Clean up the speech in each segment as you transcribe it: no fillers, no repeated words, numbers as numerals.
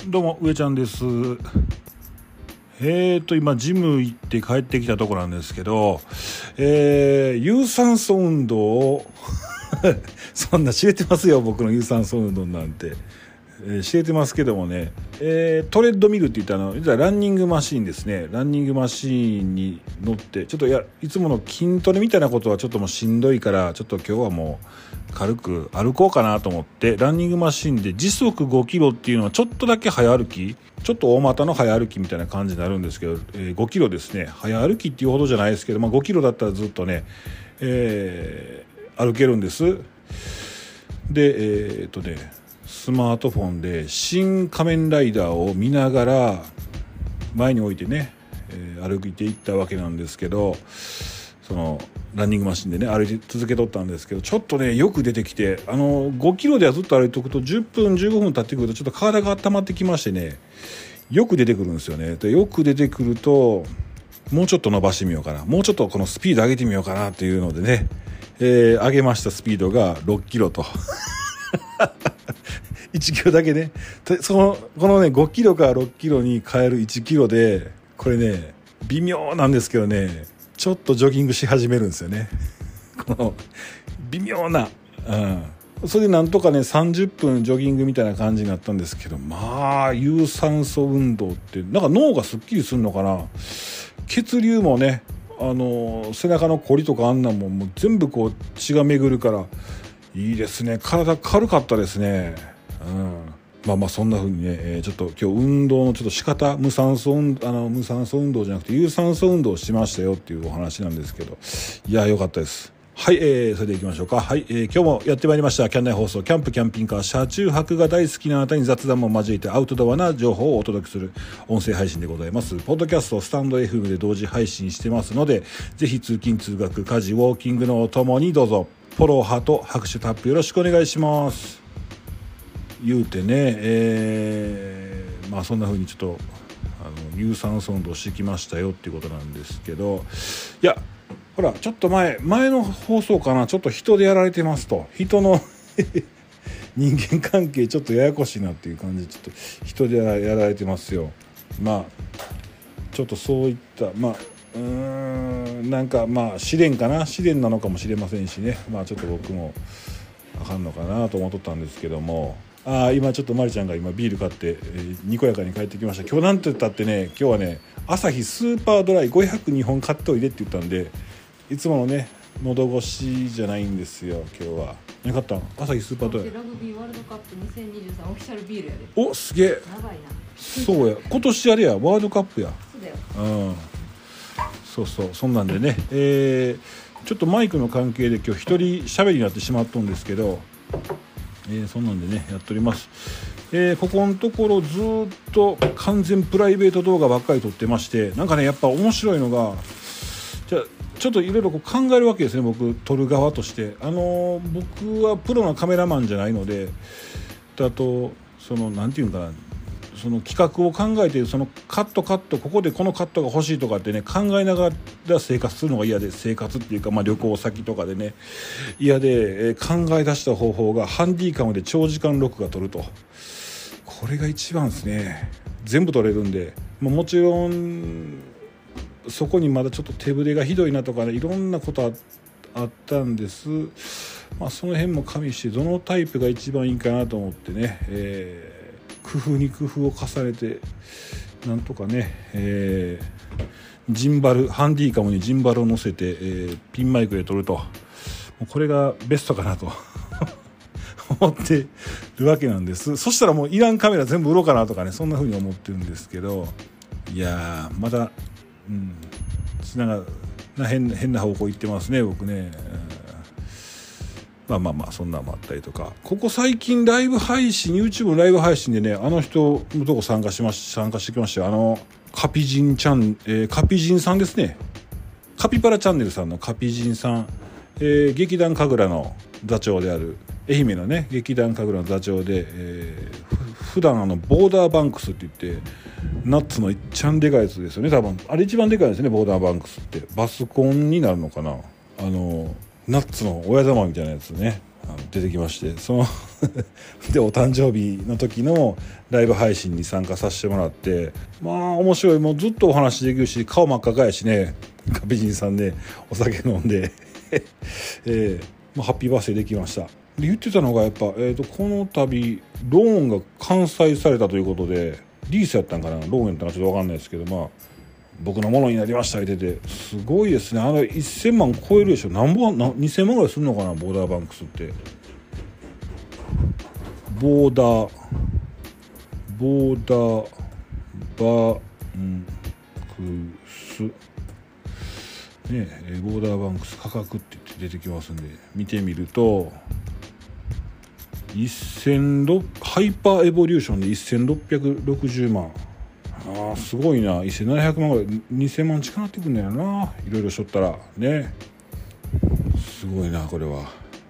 どうも上ちゃんです。今ジム行って帰ってきたところなんですけど、有酸素運動をそんな知れてますよ、僕の有酸素運動なんて、知れてますけどもね、トレッドミルって言った実はランニングマシーンですね。ランニングマシーンに乗ってちょっといつもの筋トレみたいなことはちょっともうしんどいから、ちょっと今日はもう軽く歩こうかなと思ってランニングマシーンで時速5キロっていうのはちょっとだけ早歩き、ちょっと大股の早歩きみたいな感じになるんですけど、5キロですね。早歩きっていうほどじゃないですけど、5キロだったらずっとね、歩けるんです。でスマートフォンで新仮面ライダーを見ながら前に置いてね、歩いていったわけなんですけど、そのランニングマシンでね歩いて続けとったんですけど、ちょっとねよく出てきて、5キロではずっと歩いておくと10分15分経ってくるとちょっと体が温まってきましてね、よく出てくるんですよね。でよく出てくるともうちょっと伸ばしてみようかな、もうちょっとこのスピード上げてみようかなっていうのでね、上げました。スピードが6キロと1キロだけね、このね5キロから6キロに変える1キロで、これね微妙なんですけどね、ちょっとジョギングし始めるんですよねこの微妙な、それでなんとかね30分ジョギングみたいな感じになったんですけど、有酸素運動ってなんか脳がすっきりするのかな。血流もね、背中のコリとかあんなんもう全部こう血が巡るからいいですね。体軽かったですね。そんな風にね、ちょっと今日運動のちょっと仕方、無酸素運動じゃなくて有酸素運動をしましたよっていうお話なんですけど、いや良かったです。はい、それで行きましょうか。はい、今日もやってまいりましたキャン内放送、キャンプキャンピングカー車中泊が大好きなあなたに雑談も交えてアウトドアな情報をお届けする音声配信でございます。ポッドキャスト、スタンド FM で同時配信してますので、ぜひ通勤通学家事ウォーキングのお供にどうぞフォローハート拍手タップよろしくお願いします。言うてね、そんな風にちょっと有酸素運動してきましたよっていうことなんですけど、いやほらちょっと前の放送かな、ちょっと人でやられてますと、人の人間関係ちょっとややこしいなっていう感じで、ちょっと人でやられてますよ。ちょっとそういったなんか試練なのかもしれませんしね、ちょっと僕もあかんのかなと思っとったんですけども、今ちょっとマリちゃんが今ビール買って、にこやかに帰ってきました。今日なんて言ったってね、今日はねアサヒスーパードライ502本買っておいでって言ったんで、いつものね喉越しじゃないんですよ今日は。何買ったん？アサヒスーパードライ。 ラグビーワールドカップ2023オフィシャルビールやで。 お、すげえ。 やばいな。 そうや、今年あれや、ワールドカップや。 そうだよ。 そんなんでね、ちょっとマイクの関係で今日一人喋りになってしまったんですけど、そんなんでねやっております。ここのところずっと完全プライベート動画ばっかり撮ってまして、なんかねやっぱ面白いのが、ちょっといろいろ考えるわけですね、僕撮る側として。僕はプロのカメラマンじゃないので、あとなんていうのかな、その企画を考えて、そのカットここでこのカットが欲しいとかってね考えながら生活するのが嫌で、生活っていうか旅行先とかでね嫌で、考え出した方法がハンディカムで長時間録画撮ると。これが一番ですね。全部撮れるんで、もちろんそこにまだちょっと手ぶれがひどいなとかね、いろんなことあったんです。その辺も加味してどのタイプが一番いいかなと思ってね、工夫に工夫を重ねてなんとかね、ジンバル、ハンディカムにジンバルを乗せて、ピンマイクで撮ると、これがベストかなと思ってるわけなんです。そしたらもういらんカメラ全部売ろうかなとかね、そんな風に思ってるんですけど、いやーまだ変な方向行ってますね僕ね。そんなのもあったりとか、ここ最近ライブ配信 YouTube のライブ配信でね、人のとこ参加してきましたよ。カピジンさんですね。カピパラチャンネルさんのカピジンさん、劇団神楽の座長である、愛媛のね劇団神楽の座長で、普段ボーダーバンクスって言ってナッツの一番でかいやつですよね。多分あれ一番でかいですね、ボーダーバンクスって。バスコンになるのかな、ナッツの親玉みたいなやつね、出てきまして、そのでお誕生日の時のライブ配信に参加させてもらって、まあ面白い、もうずっとお話できるし、顔真っ赤かやしね、美人さんね、お酒飲んでまあ、ハッピーバースデーできました。で言ってたのがやっぱ、この度ローンが完済されたということで、リースやったんかな、ローンやったのかちょっと分かんないですけど、まあ僕のものになりました言ってて、すごいですね。1000万超えるでしょ。2000万ぐらいするのかな、ボーダーバンクスって。ボーダーバンクスね、ボーダーバンクス価格って言って出てきますんで、見てみるとハイパーエボリューションで1660万、すごいな。1700万ぐらい、2000万近くなってくんだよな、いろいろしょったらね。すごいなこれは。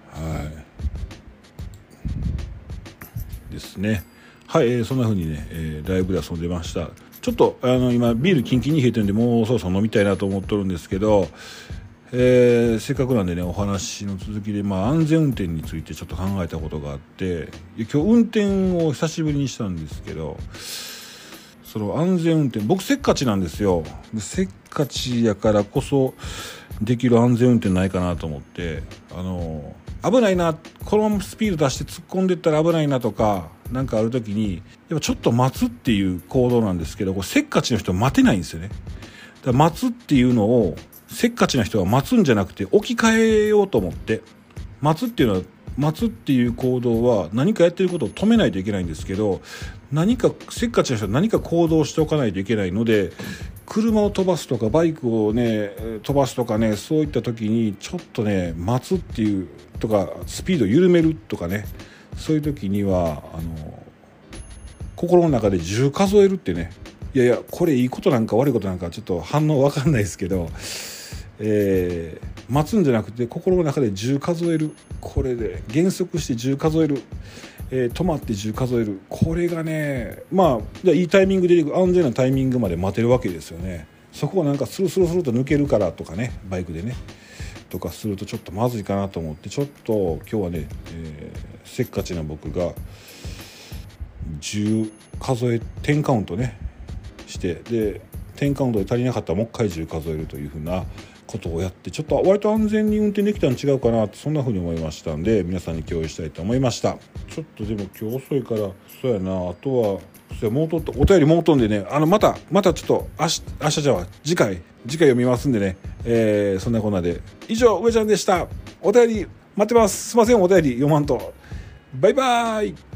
ですね。はい、そんな風にね、ライブで遊んでました。ちょっと今ビールキンキンに冷えてるんで、もうそろそろ飲みたいなと思っとるんですけど、せっかくなんでね、お話の続きで、安全運転についてちょっと考えたことがあって、今日運転を久しぶりにしたんですけど、その安全運転、僕せっかちなんですよ。せっかちやからこそできる安全運転ないかなと思って、危ないな、このままスピード出して突っ込んでいったら危ないなとか、なんかある時にやっぱちょっと待つっていう行動なんですけど、これせっかちの人は待てないんですよね。だから待つっていうのを、せっかちな人は待つんじゃなくて置き換えようと思って、待つっていう行動は何かやってることを止めないといけないんですけど、せっかちな人は何か行動しておかないといけないので、車を飛ばすとかバイクをね飛ばすとかね、そういった時にちょっとね待つっていうとか、スピードを緩めるとかね、そういう時には心の中で10数えるってね、いやこれいいことなんか悪いことなんかちょっと反応分かんないですけど、待つんじゃなくて心の中で10数える、これで減速して10数える、止まって10数える、これがね、いいタイミングで安全なタイミングまで待てるわけですよね。そこをなんかスルスルスルと抜けるからとかね、バイクでねとかするとちょっとまずいかなと思って、ちょっと今日はね、せっかちな僕が10数え10カウントねして、で10カウントで足りなかったらもう一回10数えるというふうなことをやって、ちょっと割と安全に運転できたの違うかなって、そんな風に思いましたんで、皆さんに共有したいと思いました。ちょっとでも今日遅いから、そうやな、あとはもうとお便りもうとんでね、またちょっと明日じゃあ次回読みますんでね、そんなこんなで以上、上ちゃんでした。お便り待ってます。すいません、お便り読まんと。バイバーイ。